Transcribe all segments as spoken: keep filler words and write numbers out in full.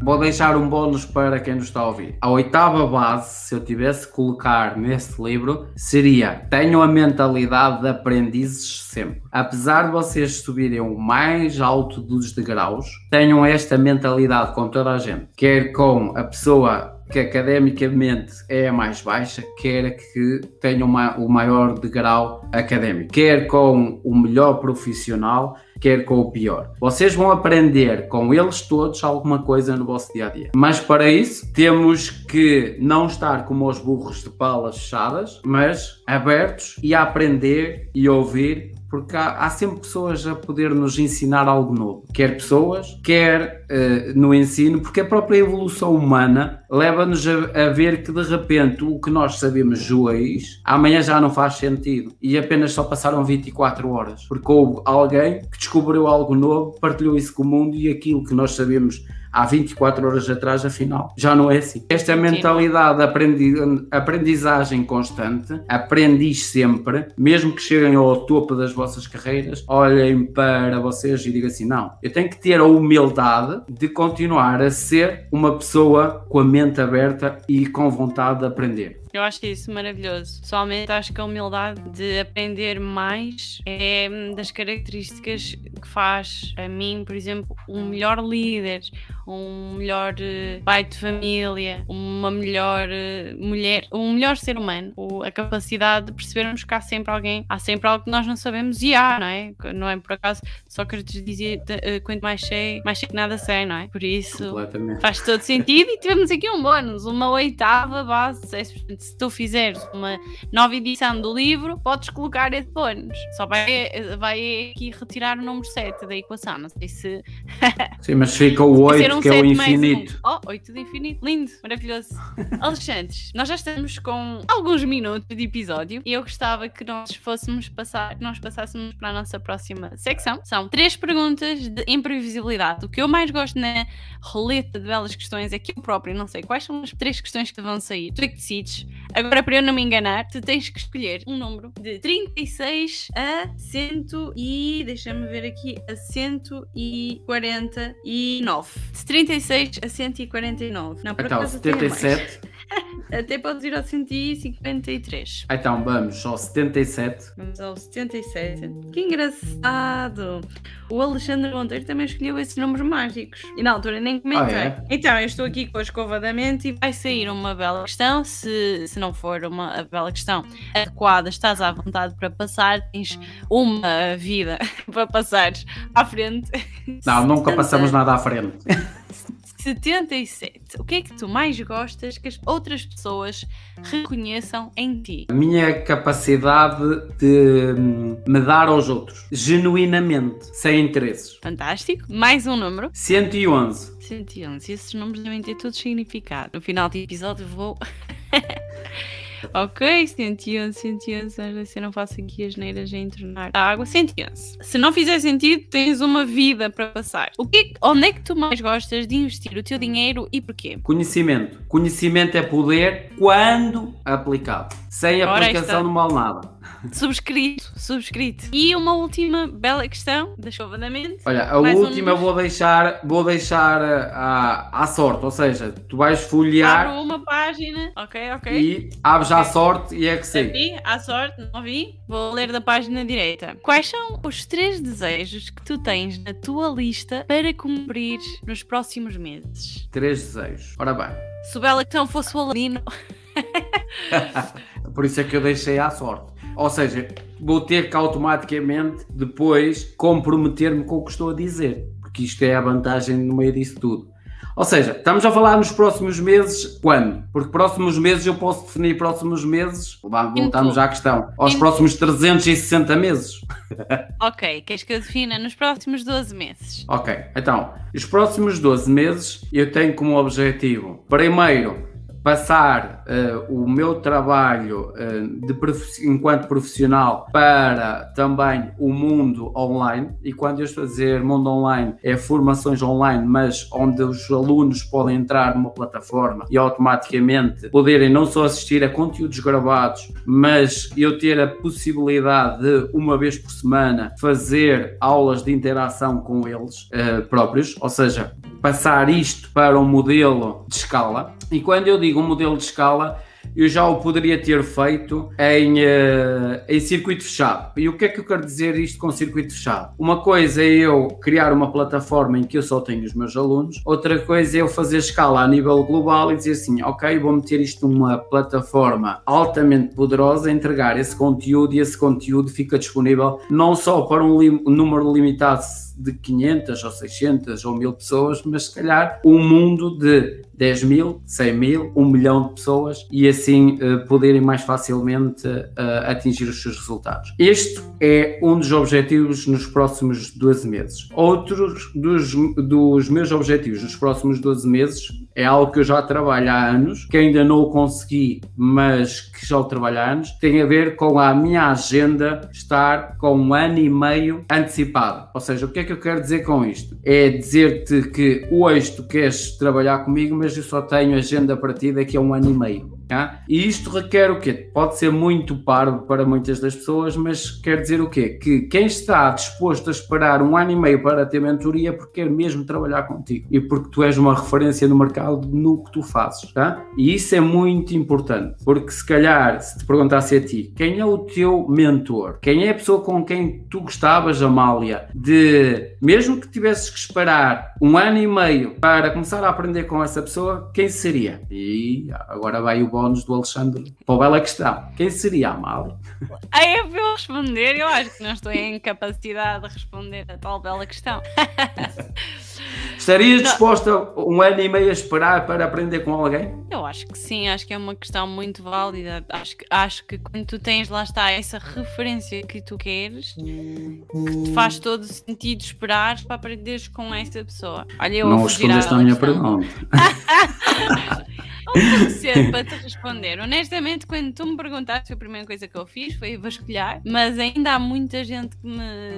vou deixar um bónus para quem nos está a ouvir. A oitava base, se eu tivesse que colocar neste livro, seria: tenham a mentalidade de aprendizes sempre. Apesar de vocês subirem o mais alto dos degraus, tenham esta mentalidade com toda a gente, quer com a pessoa que academicamente é a mais baixa, quer que tenha uma, o maior degrau académico, quer com o melhor profissional, quer com o pior. Vocês vão aprender com eles todos alguma coisa no vosso dia-a-dia. Mas para isso temos que não estar como os burros de palas fechadas, mas abertos e a aprender e ouvir, porque há, há sempre pessoas a poder nos ensinar algo novo. Quer pessoas, quer uh, no ensino, porque a própria evolução humana leva-nos a, a ver que de repente o que nós sabemos hoje, amanhã já não faz sentido. E apenas só passaram vinte e quatro horas, porque houve alguém que descobriu algo novo, partilhou isso com o mundo e aquilo que nós sabemos há vinte e quatro horas atrás, afinal, já não é assim. Esta mentalidade de aprendi- aprendizagem constante, aprendiz sempre, mesmo que cheguem ao topo das vossas carreiras, olhem para vocês e digam assim: não, eu tenho que ter a humildade de continuar a ser uma pessoa com a mente aberta e com vontade de aprender. Eu acho isso maravilhoso. Pessoalmente, acho que a humildade de aprender mais é das características que faz a mim, por exemplo, um melhor líder, um melhor uh, pai de família, uma melhor uh, mulher, um melhor ser humano. O, a capacidade de percebermos que há sempre alguém, há sempre algo que nós não sabemos e há, não é? Não é por acaso Sócrates dizia uh, quanto mais sei, mais sei que nada sei, não é? Por isso faz todo sentido e tivemos aqui um bónus, uma oitava base. Se tu fizeres uma nova edição do livro, podes colocar esse bónus. Só vai, vai aqui retirar o número sete da equação. Não sei se... Sim, mas fica o oito, um que é o infinito. Um. Oh, oito de infinito. Lindo, maravilhoso. Alexandre, nós já estamos com alguns minutos de episódio e eu gostava que nós fôssemos passar, que nós passássemos para a nossa próxima secção. São três perguntas de imprevisibilidade. O que eu mais gosto na roleta de belas questões é que eu próprio não sei quais são as três questões que vão sair. Tu é que decides. Agora, para eu não me enganar, tu tens que escolher um número de trinta e seis a cento e... deixa-me ver aqui, a cento e quarenta e nove. De trinta e seis a cento e quarenta e nove. Não, por então, acaso setenta e sete. Até podes ir ao cento e cinquenta e três. Então, vamos ao setenta e sete. Vamos ao setenta e sete. Que engraçado! O Alexandre Monteiro também escolheu esses números mágicos. E na altura nem comentei. Ah, é? Então, eu estou aqui com a escova da mente e vai sair uma bela questão. Se, se não for uma bela questão adequada, estás à vontade para passar. Tens uma vida para passar à frente. Não, nunca setenta passamos nada à frente. setenta e sete. O que é que tu mais gostas que as outras pessoas reconheçam em ti? A minha capacidade de me dar aos outros, genuinamente, sem interesses. Fantástico. Mais um número. cento e onze. cento e onze. Esses números devem ter todo significado. No final do episódio vou... Ok, cento e onze, cento e onze, se eu não faço aqui as neiras a entornar a água, cento e onze. Se não fizer sentido, tens uma vida para passar. O que, onde é que tu mais gostas de investir o teu dinheiro e porquê? Conhecimento. Conhecimento é poder quando aplicado. Sem aplicação não vale nada. Subscrito, subscrito. E uma última bela questão da escova da mente. Olha, a Mais última um... vou deixar, vou deixar à, à sorte, ou seja, tu vais folhear. Abro uma página, ok, ok. E abres okay. à sorte e é que sei. Aqui, à sorte, não vi. Vou ler da página direita. Quais são os três desejos que tu tens na tua lista para cumprir nos próximos meses? Três desejos. Ora bem. Se o bela questão fosse o Aladino. Por isso é que eu deixei à sorte. Ou seja, vou ter que automaticamente depois comprometer-me com o que estou a dizer, porque isto é a vantagem no meio disso tudo. Ou seja, estamos a falar nos próximos meses, quando? Porque próximos meses eu posso definir próximos meses, voltamos já à questão, aos Sim. próximos trezentos e sessenta meses. Ok, queres que eu defina nos próximos doze meses? Ok, então, os próximos doze meses eu tenho como objetivo, primeiro, passar uh, o meu trabalho uh, de prof... enquanto profissional para também o mundo online, e quando eu estou a dizer mundo online é formações online, mas onde os alunos podem entrar numa plataforma e automaticamente poderem não só assistir a conteúdos gravados, mas eu ter a possibilidade de uma vez por semana fazer aulas de interação com eles uh, próprios, ou seja, passar isto para um modelo de escala. E quando eu digo um modelo de escala, eu já o poderia ter feito em, uh, em circuito fechado. E o que é que eu quero dizer isto com circuito fechado? Uma coisa é eu criar uma plataforma em que eu só tenho os meus alunos, outra coisa é eu fazer escala a nível global e dizer assim, ok, vou meter isto numa plataforma altamente poderosa, entregar esse conteúdo, e esse conteúdo fica disponível não só para um, lim- um número limitado de quinhentas ou seiscentas ou mil pessoas, mas se calhar um mundo de dez mil, cem mil, um milhão de pessoas, e assim uh, poderem mais facilmente uh, atingir os seus resultados. Este é um dos objetivos nos próximos doze meses. Outros dos, dos meus objetivos nos próximos doze meses é algo que eu já trabalho há anos, que ainda não o consegui, mas que já o trabalho há anos, tem a ver com a minha agenda estar com um ano e meio antecipado. Ou seja, o que é que eu quero dizer com isto? É dizer-te que hoje tu queres trabalhar comigo, mas eu só tenho agenda para ti daqui a um ano e meio. Tá? E isto requer o quê? Pode ser muito parvo para muitas das pessoas, mas quer dizer o quê? Que quem está disposto a esperar um ano e meio para ter mentoria porque quer mesmo trabalhar contigo e porque tu és uma referência no mercado no que tu fazes, tá? E isso é muito importante, porque se calhar, se te perguntasse a ti, quem é o teu mentor? Quem é a pessoa com quem tu gostavas, Amália, de, mesmo que tivesses que esperar um ano e meio para começar a aprender com essa pessoa, quem seria? E agora vai o bónus do Alexandre para a bela questão. Quem seria a Amália? Aí é para eu responder, eu acho que não estou em capacidade de responder a tal bela questão. Estarias disposta um ano e meio a esperar para aprender com alguém? Eu acho que sim, acho que é uma questão muito válida. Acho que, acho que quando tu tens, lá está, essa referência que tu queres, que te faz todo sentido esperar para aprenderes com essa pessoa. Olha, eu não vou respondeste à minha pergunta. Não vou ser para te responder. Honestamente, quando tu me perguntaste, a primeira coisa que eu fiz foi vasculhar, mas ainda há muita gente que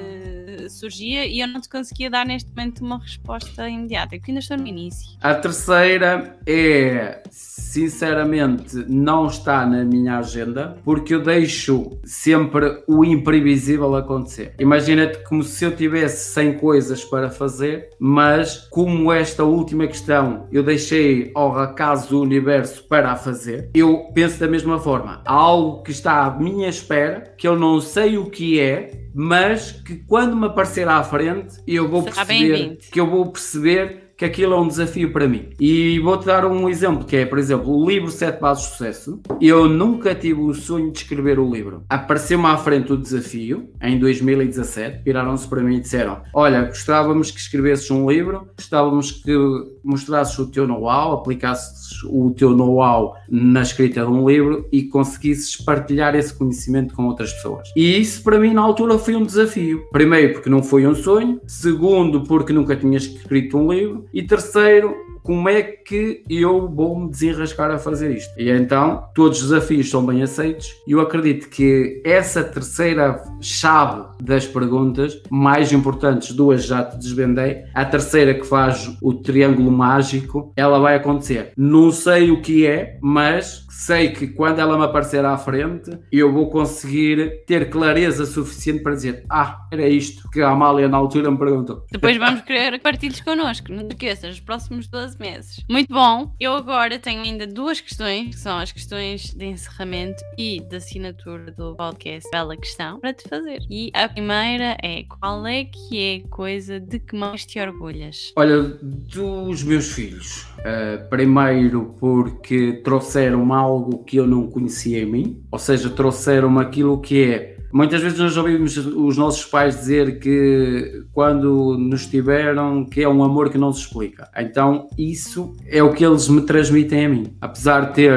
me surgia e eu não te conseguia dar neste momento uma resposta imediata, porque ainda estou no início. A terceira é, sinceramente, não está na minha agenda, porque eu deixo sempre o imprevisível acontecer. Imagina-te como se eu tivesse cem coisas para fazer, mas como esta última questão eu deixei ao acaso do universo para a fazer, eu penso da mesma forma. Há algo que está à minha espera, que eu não sei o que é, mas que quando me aparecer à frente, eu vou perceber, que eu vou perceber que aquilo é um desafio para mim. E vou-te dar um exemplo, que é, por exemplo, o livro Sete Bases de Sucesso. Eu nunca tive o sonho de escrever o livro. Apareceu-me à frente o desafio, em dois mil e dezassete, viraram-se para mim e disseram, olha, gostávamos que escrevesses um livro, gostávamos que mostrasses o teu know-how, aplicasses o teu know-how na escrita de um livro e conseguisses partilhar esse conhecimento com outras pessoas. E isso para mim na altura foi um desafio. Primeiro porque não foi um sonho, segundo porque nunca tinha escrito um livro, e terceiro, como é que eu vou me desenrascar a fazer isto? E então, todos os desafios são bem aceitos e eu acredito que essa terceira chave das perguntas, mais importantes, duas já te desvendei, a terceira que faz o triângulo mágico, ela vai acontecer. Não sei o que é, mas sei que quando ela me aparecer à frente, eu vou conseguir ter clareza suficiente para dizer, ah, era isto que a Amália na altura me perguntou. Depois vamos querer que partilhes connosco, não te esqueças, os próximos doze meses. Muito bom, eu agora tenho ainda duas questões, que são as questões de encerramento e de assinatura do podcast Bela Questão, para te fazer. E a primeira é, qual é que é a coisa de que mais te orgulhas? Olha, dos meus filhos. Uh, primeiro porque trouxeram algo que eu não conhecia em mim, ou seja, trouxeram aquilo que é. Muitas vezes nós ouvimos os nossos pais dizer que quando nos tiveram que é um amor que não se explica. Então isso é o que eles me transmitem a mim. Apesar de ter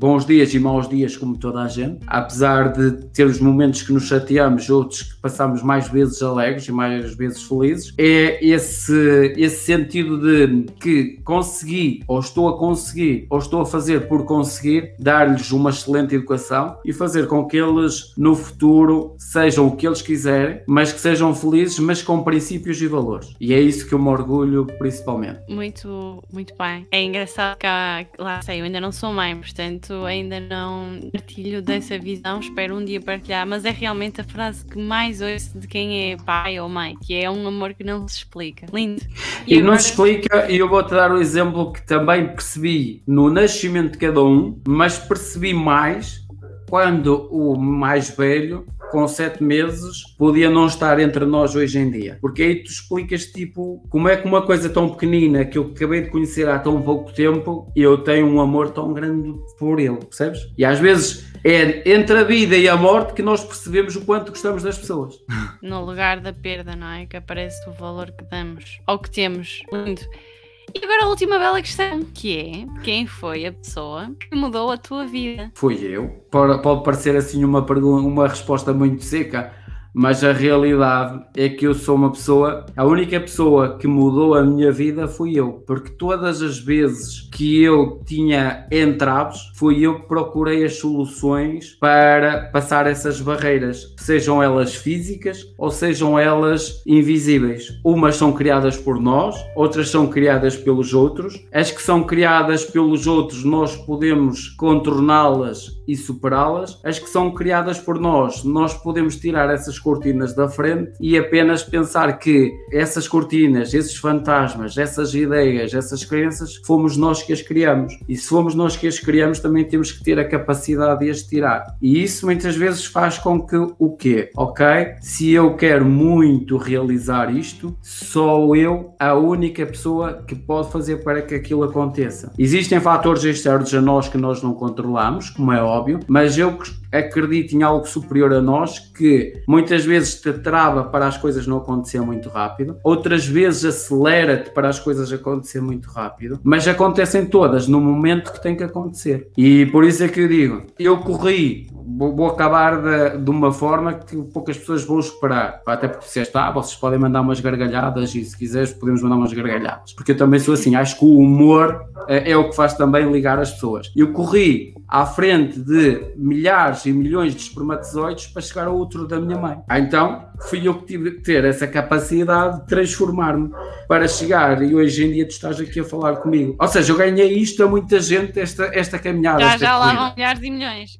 bons dias e maus dias como toda a gente, apesar de termos momentos que nos chateamos, outros que passamos mais vezes alegres e mais vezes felizes, é esse, esse sentido de que consegui, ou estou a conseguir, ou estou a fazer por conseguir, dar-lhes uma excelente educação e fazer com que eles no futuro sejam o que eles quiserem, mas que sejam felizes, mas com princípios e valores. E é isso que eu me orgulho principalmente. Muito, muito bem. É engraçado que há, lá sei, eu ainda não sou mãe, portanto ainda não partilho dessa visão, espero um dia partilhar, mas é realmente a frase que mais ouço de quem é pai ou mãe, que é um amor que não se explica. Lindo. E, e agora... não se explica, e eu vou-te dar um exemplo que também percebi no nascimento de cada um, mas percebi mais quando o mais velho, com sete meses, podia não estar entre nós hoje em dia. Porque aí tu explicas, tipo, como é que uma coisa tão pequenina que eu acabei de conhecer há tão pouco tempo, eu tenho um amor tão grande por ele, percebes? E às vezes é entre a vida e a morte que nós percebemos o quanto gostamos das pessoas. No lugar da perda, não é? Que aparece o valor que damos, ou que temos. Lindo. E agora a última bela questão, que é, quem foi a pessoa que mudou a tua vida? Fui eu. Pode, pode parecer assim uma, pergunta, uma resposta muito seca, mas a realidade é que eu sou uma pessoa, a única pessoa que mudou a minha vida fui eu, porque todas as vezes que eu tinha entraves, fui eu que procurei as soluções para passar essas barreiras, sejam elas físicas ou sejam elas invisíveis. Umas são criadas por nós, outras são criadas pelos outros. As que são criadas pelos outros, nós podemos contorná-las e superá-las. As que são criadas por nós, nós podemos tirar essas cortinas da frente e apenas pensar que essas cortinas, esses fantasmas, essas ideias, essas crenças, fomos nós que as criamos. E se fomos nós que as criamos, também temos que ter a capacidade de as tirar. E isso muitas vezes faz com que o quê? Ok? Se eu quero muito realizar isto, sou eu a única pessoa que pode fazer para que aquilo aconteça. Existem fatores externos a nós que nós não controlamos, como é óbvio, mas eu acredito em algo superior a nós que muitas vezes te trava para as coisas não acontecer muito rápido, outras vezes acelera-te para as coisas acontecer muito rápido, mas acontecem todas no momento que tem que acontecer. E por isso é que eu digo, eu corri, vou, vou acabar de, de uma forma que poucas pessoas vão esperar, até porque disseste, ah, vocês podem mandar umas gargalhadas e se quiseres podemos mandar umas gargalhadas, porque eu também sou assim, acho que o humor é, é o que faz também ligar as pessoas. Eu corri à frente de milhares e milhões de espermatozoides para chegar ao útero da minha mãe. Ah, então fui eu que tive que ter essa capacidade de transformar-me para chegar e hoje em dia tu estás aqui a falar comigo. Ou seja, eu ganhei isto a muita gente, esta, esta caminhada. Já, esta já lá vão milhares e milhões.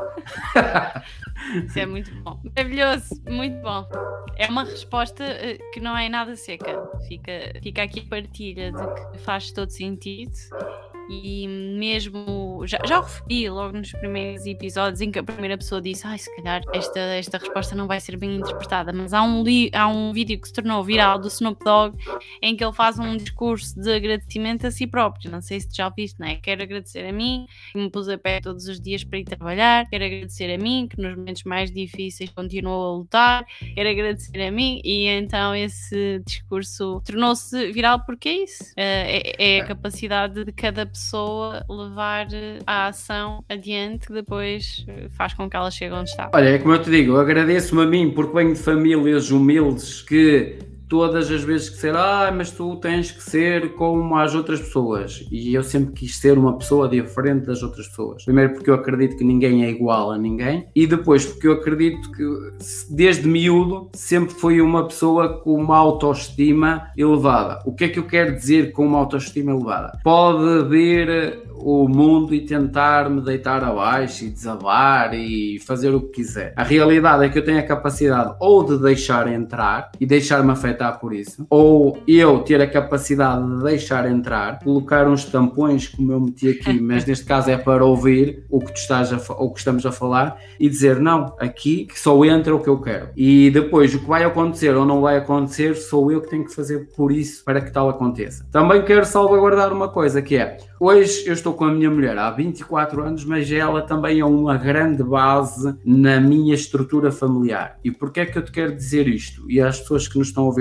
Isso é muito bom. Maravilhoso, muito bom. É uma resposta que não é nada seca. Fica, fica aqui a partilha de que faz todo sentido. E mesmo, já, já o referi logo nos primeiros episódios em que a primeira pessoa disse, ai, se calhar esta, esta resposta não vai ser bem interpretada, mas há um, li, há um vídeo que se tornou viral do Snoop Dogg em que ele faz um discurso de agradecimento a si próprio, não sei se tu já ouviste, não é? Quero agradecer a mim, que me pus a pé todos os dias para ir trabalhar, quero agradecer a mim, que nos momentos mais difíceis continuou a lutar, quero agradecer a mim, e então esse discurso tornou-se viral porque é isso, é, é a capacidade de cada pessoa pessoa levar a ação adiante que depois faz com que ela chegue onde está. Olha, é como eu te digo, eu agradeço-me a mim porque venho de famílias humildes que todas as vezes que ser, ah, mas tu tens que ser como as outras pessoas. E eu sempre quis ser uma pessoa diferente das outras pessoas. Primeiro porque eu acredito que ninguém é igual a ninguém. E depois porque eu acredito que desde miúdo sempre fui uma pessoa com uma autoestima elevada. O que é que eu quero dizer com uma autoestima elevada? Pode ver o mundo e tentar me deitar abaixo e desabar e fazer o que quiser. A realidade é que eu tenho a capacidade ou de deixar entrar e deixar-me afetar por isso, ou eu ter a capacidade de deixar entrar, colocar uns tampões como eu meti aqui, mas neste caso é para ouvir o que tu estás a, o que estamos a falar e dizer não, aqui que só entra o que eu quero. E depois o que vai acontecer ou não vai acontecer sou eu que tenho que fazer por isso para que tal aconteça. Também quero salvaguardar uma coisa que é, hoje eu estou com a minha mulher há vinte e quatro anos, mas ela também é uma grande base na minha estrutura familiar. E porquê é que eu te quero dizer isto? E às pessoas que nos estão a ouvir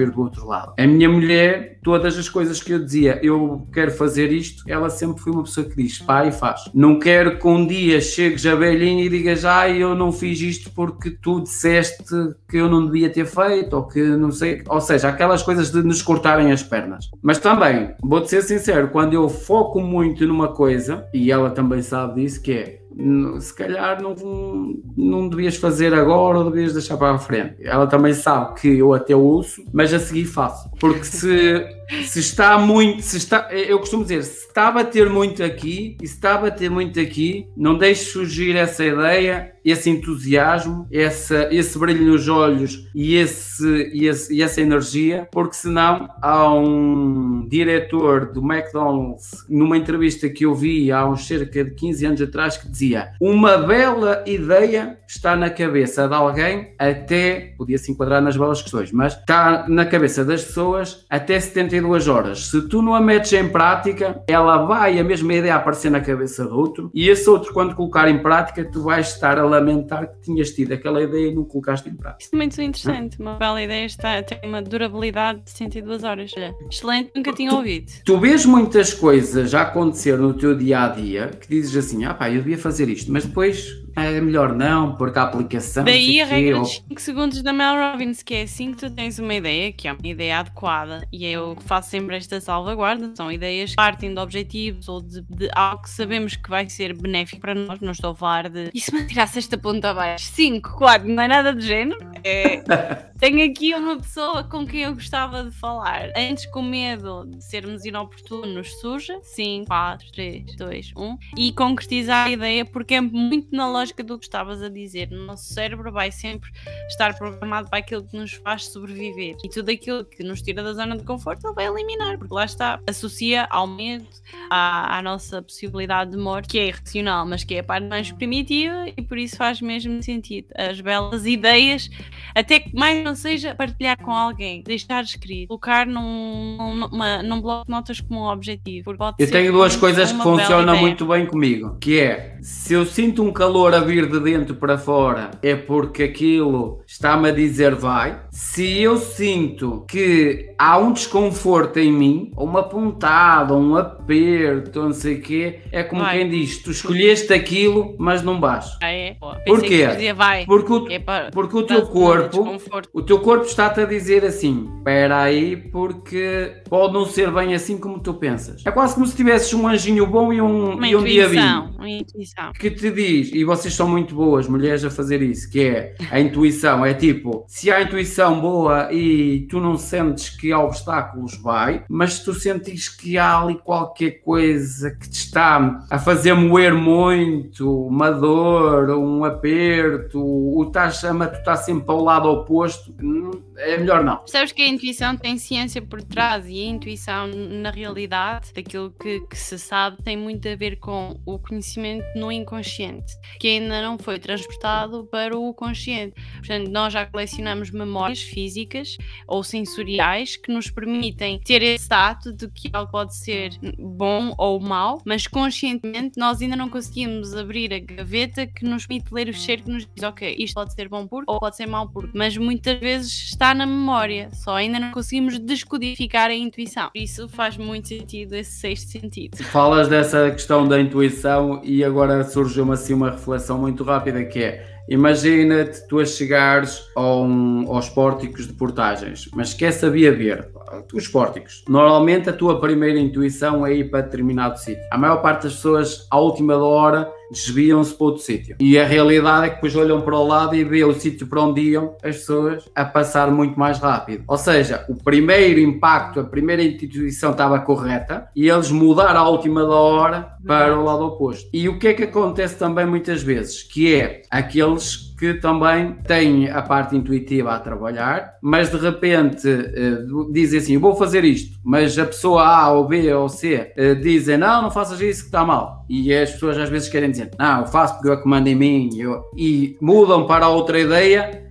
vir do outro lado. A minha mulher, todas as coisas que eu dizia, eu quero fazer isto, ela sempre foi uma pessoa que diz, pá, e faz. Não quero que um dia chegues a velhinha e digas, ah, eu não fiz isto porque tu disseste que eu não devia ter feito, ou que não sei, ou seja, aquelas coisas de nos cortarem as pernas. Mas também, vou-te ser sincero, quando eu foco muito numa coisa, e ela também sabe disso, que é, se calhar não, não devias fazer agora ou devias deixar para a frente. Ela também sabe que eu até ouço, mas a seguir faço. Porque se, se está muito, se está, eu costumo dizer, se está a bater muito aqui e se está a bater muito aqui, não deixe surgir essa ideia, esse entusiasmo, essa, esse brilho nos olhos e, esse, e, esse, e essa energia, porque senão há um diretor do McDonald's, numa entrevista que eu vi há uns cerca de quinze anos atrás, que dizia, uma bela ideia está na cabeça de alguém até, podia se enquadrar nas belas questões, mas está na cabeça das pessoas até setenta e duas horas. Se tu não a metes em prática, ela vai, a mesma ideia aparecer na cabeça do outro, e esse outro, quando colocar em prática, tu vais estar a lamentar que tinhas tido aquela ideia e não colocaste em prática. Isso é muito interessante, uma bela ideia está, tem uma durabilidade de setenta e duas horas. Olha, excelente, nunca tinha tu, ouvido. Tu vês muitas coisas a acontecer no teu dia-a-dia que dizes assim, ah pá, eu devia fazer isto, mas depois é melhor não, porque a aplicação... Daí a regra ou... dos cinco segundos da Mel Robbins, que é assim que tu tens uma ideia, que é uma ideia adequada, e eu faço sempre esta salvaguarda, são ideias que partem de objetivos ou de, de algo que sabemos que vai ser benéfico para nós, não estou a falar de... E se me tirasse esta ponta abaixo? cinco, quatro, não é nada do género? É... Tenho aqui uma pessoa com quem eu gostava de falar. Antes, com medo de sermos inoportunos, suja. cinco, quatro, três, dois, um. E concretizar a ideia, porque é muito na lógica do que estavas a dizer. O nosso cérebro vai sempre estar programado para aquilo que nos faz sobreviver. E tudo aquilo que nos tira da zona de conforto, ele vai eliminar. Porque lá está, associa ao medo, à, à nossa possibilidade de morte, que é irracional, mas que é a parte mais primitiva, e por isso faz mesmo sentido. As belas ideias, até que mais não seja partilhar com alguém, deixar escrito, colocar num, numa, num bloco de notas como um objetivo. Eu tenho duas coisas que funcionam muito bem comigo, que é, se eu sinto um calor a vir de dentro para fora, é porque aquilo está-me a dizer vai. Se eu sinto que há um desconforto em mim, ou uma pontada, ou um aperto, ou não sei o quê, é como vai. Quem diz, tu escolheste aquilo, mas não vais. Ah, é? Porquê? Dizia, vai. Porque o, é para, porque o teu corpo, o teu corpo está-te a dizer assim, espera aí, porque pode não ser bem assim como tu pensas. É quase como se tivesses um anjinho bom e um, e um diabinho. Uma intuição. Que te diz, e vocês são muito boas, mulheres, a fazer isso, que é a intuição, é tipo, se há intuição boa e tu não sentes que há obstáculos, vai, mas se tu sentes que há ali qualquer coisa que te está a fazer moer muito, uma dor, um aperto, o estás a matutar sempre ao lado oposto, é melhor não. Sabes que a intuição tem ciência por trás, e a intuição, na realidade, daquilo que, que se sabe, tem muito a ver com o conhecimento no inconsciente, que ainda não foi transportado para o consciente. Portanto, nós já colecionamos memórias físicas ou sensoriais que nos permitem ter esse tato de que algo pode ser bom ou mau, mas conscientemente nós ainda não conseguimos abrir a gaveta que nos permite ler o cheiro que nos diz, ok, isto pode ser bom porque ou pode ser mau porque, mas muitas vezes está na memória, só ainda não conseguimos descodificar a intuição. Por isso faz muito sentido esse sexto sentido. Falas dessa questão da intuição e agora surgiu-me assim uma reflexão muito rápida, que é, imagina-te tu a chegares a um, aos pórticos de portagens, mas quer saber ver os pórticos. Normalmente a tua primeira intuição é ir para determinado sítio. A maior parte das pessoas, à última hora, desviam-se para outro sítio. E a realidade é que depois olham para o lado e vê o sítio para onde iam as pessoas a passar muito mais rápido. Ou seja, o primeiro impacto, a primeira intuição estava correta e eles mudaram à última hora para o lado oposto. E o que é que acontece também muitas vezes? Que é aqueles que também têm a parte intuitiva a trabalhar, mas de repente uh, dizem assim, eu vou fazer isto, mas a pessoa A ou B ou C uh, dizem, não, não faças isso que está mal. E as pessoas às vezes querem dizer, não, eu faço porque eu comando em mim, eu... e mudam para outra ideia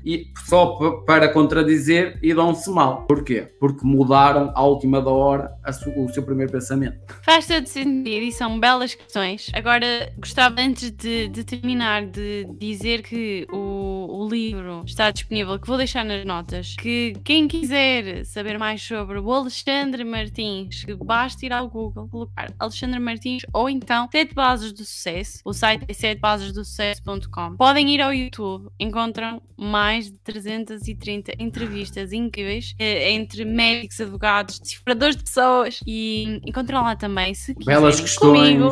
e só p- para contradizer e dão-se mal. Porquê? Porque mudaram à última da hora a su- o seu primeiro pensamento. Faz todo sentido e são belas questões. Agora, gostava antes de, de terminar de dizer que o, o livro está disponível, que vou deixar nas notas, que quem quiser saber mais sobre o Alexandre Martins, que basta ir ao Google, colocar Alexandre Martins ou então Sete Bases do Sucesso. O site é sete bases do sucesso ponto com. Podem ir ao YouTube, encontram mais de trezentas e trinta entrevistas incríveis eh, entre médicos, advogados, decifradores de pessoas e encontram lá também, se quiserem, Belas questões. comigo.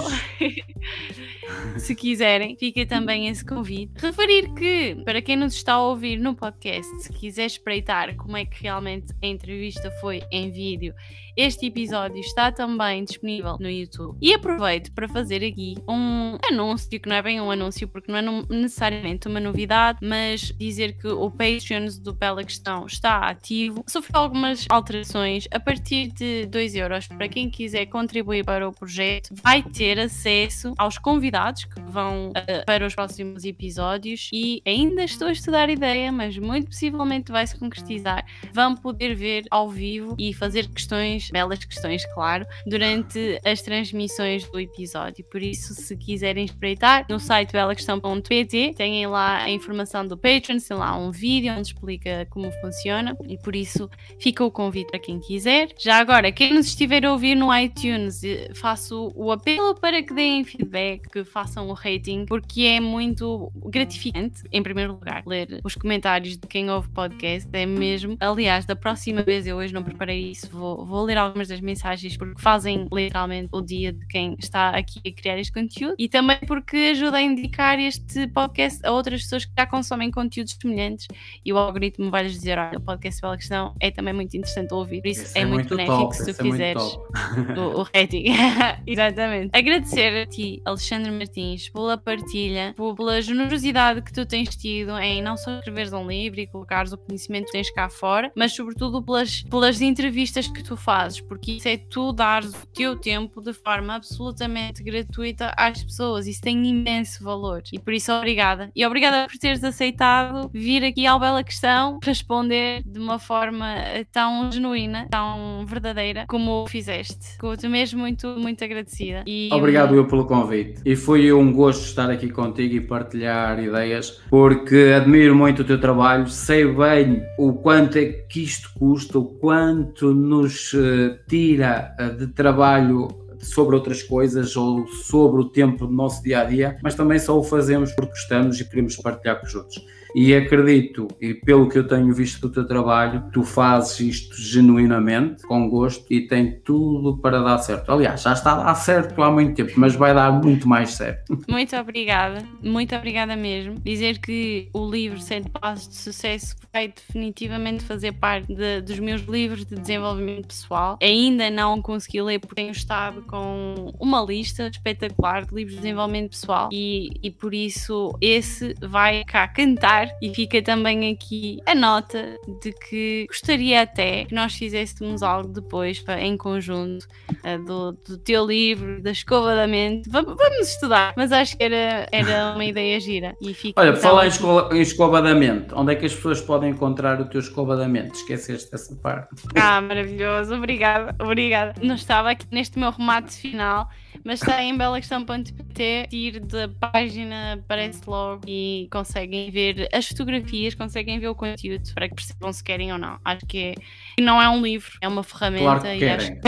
Se quiserem, fica também esse convite. Referir que, para quem nos está a ouvir no podcast, se quiser espreitar como é que realmente a entrevista foi em vídeo, este episódio está também disponível no YouTube. E aproveito para fazer aqui um anúncio, que não é bem um anúncio, porque não é necessariamente uma novidade, mas dizer que o Patreon do Bela Questão está ativo. Sofreu algumas alterações. A partir de dois euros, para quem quiser contribuir para o projeto, vai ter acesso aos convidados que vão uh, para os próximos episódios e ainda estou a estudar a ideia, mas muito possivelmente vai se concretizar. Vão poder ver ao vivo e fazer questões, belas questões, claro, durante as transmissões do episódio. Por isso, se quiserem espreitar, no site bela questão ponto pt têm lá a informação do Patreon, tem lá um vídeo onde explica como funciona e por isso fica o convite para quem quiser. Já agora, quem nos estiver a ouvir no iTunes, faço o apelo para que deem feedback, que façam o rating, porque é muito gratificante, em primeiro lugar, ler os comentários de quem ouve podcast, é mesmo. Aliás, da próxima vez, eu hoje não preparei isso, vou, vou ler algumas das mensagens porque fazem literalmente o dia de quem está aqui a criar este conteúdo e também porque ajuda a indicar este podcast a outras pessoas que já consomem conteúdos semelhantes e o algoritmo vai-lhes dizer, olha, o podcast Bela Questão é também muito interessante ouvir, por isso Esse é, é muito muito benéfico top, se tu esse é muito quiseres top. o, o rating. Exatamente. Agradecer a ti, Alexandre Martins, pela partilha, pela generosidade que tu tens tido em não só escreveres um livro e colocares o conhecimento que tens cá fora, mas sobretudo pelas, pelas entrevistas que tu fazes, porque isso é tu dares o teu tempo de forma absolutamente gratuita às pessoas. Isso tem imenso valor. E por isso, obrigada. E obrigada por teres aceitado vir aqui ao Bela Questão responder de uma forma tão genuína, tão verdadeira como o fizeste. Estou mesmo muito, muito agradecida. E, Obrigado eu pelo convite. E foi um gosto estar aqui contigo e partilhar ideias, porque admiro muito o teu trabalho, sei bem o quanto é que isto custa, o quanto nos uh, tira uh, de trabalho sobre outras coisas ou sobre o tempo do nosso dia-a-dia, mas também só o fazemos porque gostamos e queremos partilhar com os outros. E acredito, e pelo que eu tenho visto do teu trabalho, tu fazes isto genuinamente, com gosto, e tem tudo para dar certo. Aliás, já está a dar certo há muito tempo, mas vai dar muito mais certo. Muito obrigada, muito obrigada mesmo. Dizer que o livro Sete Passos de Sucesso vai definitivamente fazer parte de, dos meus livros de desenvolvimento pessoal. Ainda não consegui ler porque tenho estado com uma lista espetacular de livros de desenvolvimento pessoal e, e por isso esse vai cá cantar. E fica também aqui a nota de que gostaria até que nós fizéssemos algo depois em conjunto uh, do, do teu livro, da Escova da Mente. Vamos, vamos estudar, mas acho que era, era uma ideia gira. E fica, olha, então, falar em escola, em escova da mente, onde é que as pessoas podem encontrar o teu Escova da Mente? Esqueceste dessa parte. Ah, maravilhoso, obrigada, obrigada. Não estava aqui neste meu remate final, mas está em bela questão ponto pt, ir da página, aparece logo e conseguem ver as fotografias, conseguem ver o conteúdo para que percebam se querem ou não. Acho que é, não é um livro, é uma ferramenta. Claro que e querem. acho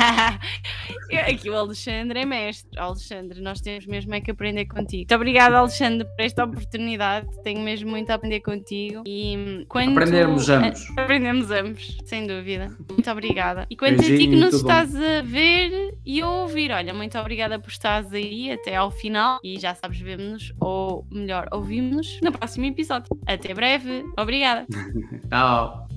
que é... Aqui o Alexandre é mestre. Alexandre, nós temos mesmo é que aprender contigo. Muito obrigada, Alexandre, por esta oportunidade. Tenho mesmo muito a aprender contigo e quando Aprendermos ambos. Aprendemos ambos, sem dúvida. Muito obrigada. E quanto Beijinho, a ti que nos tudo estás a ver e a ouvir, olha, muito obrigada por estares aí até ao final e já sabes, vemo-nos, ou melhor, ouvimos-nos no próximo episódio. Até breve. Obrigada. Tchau.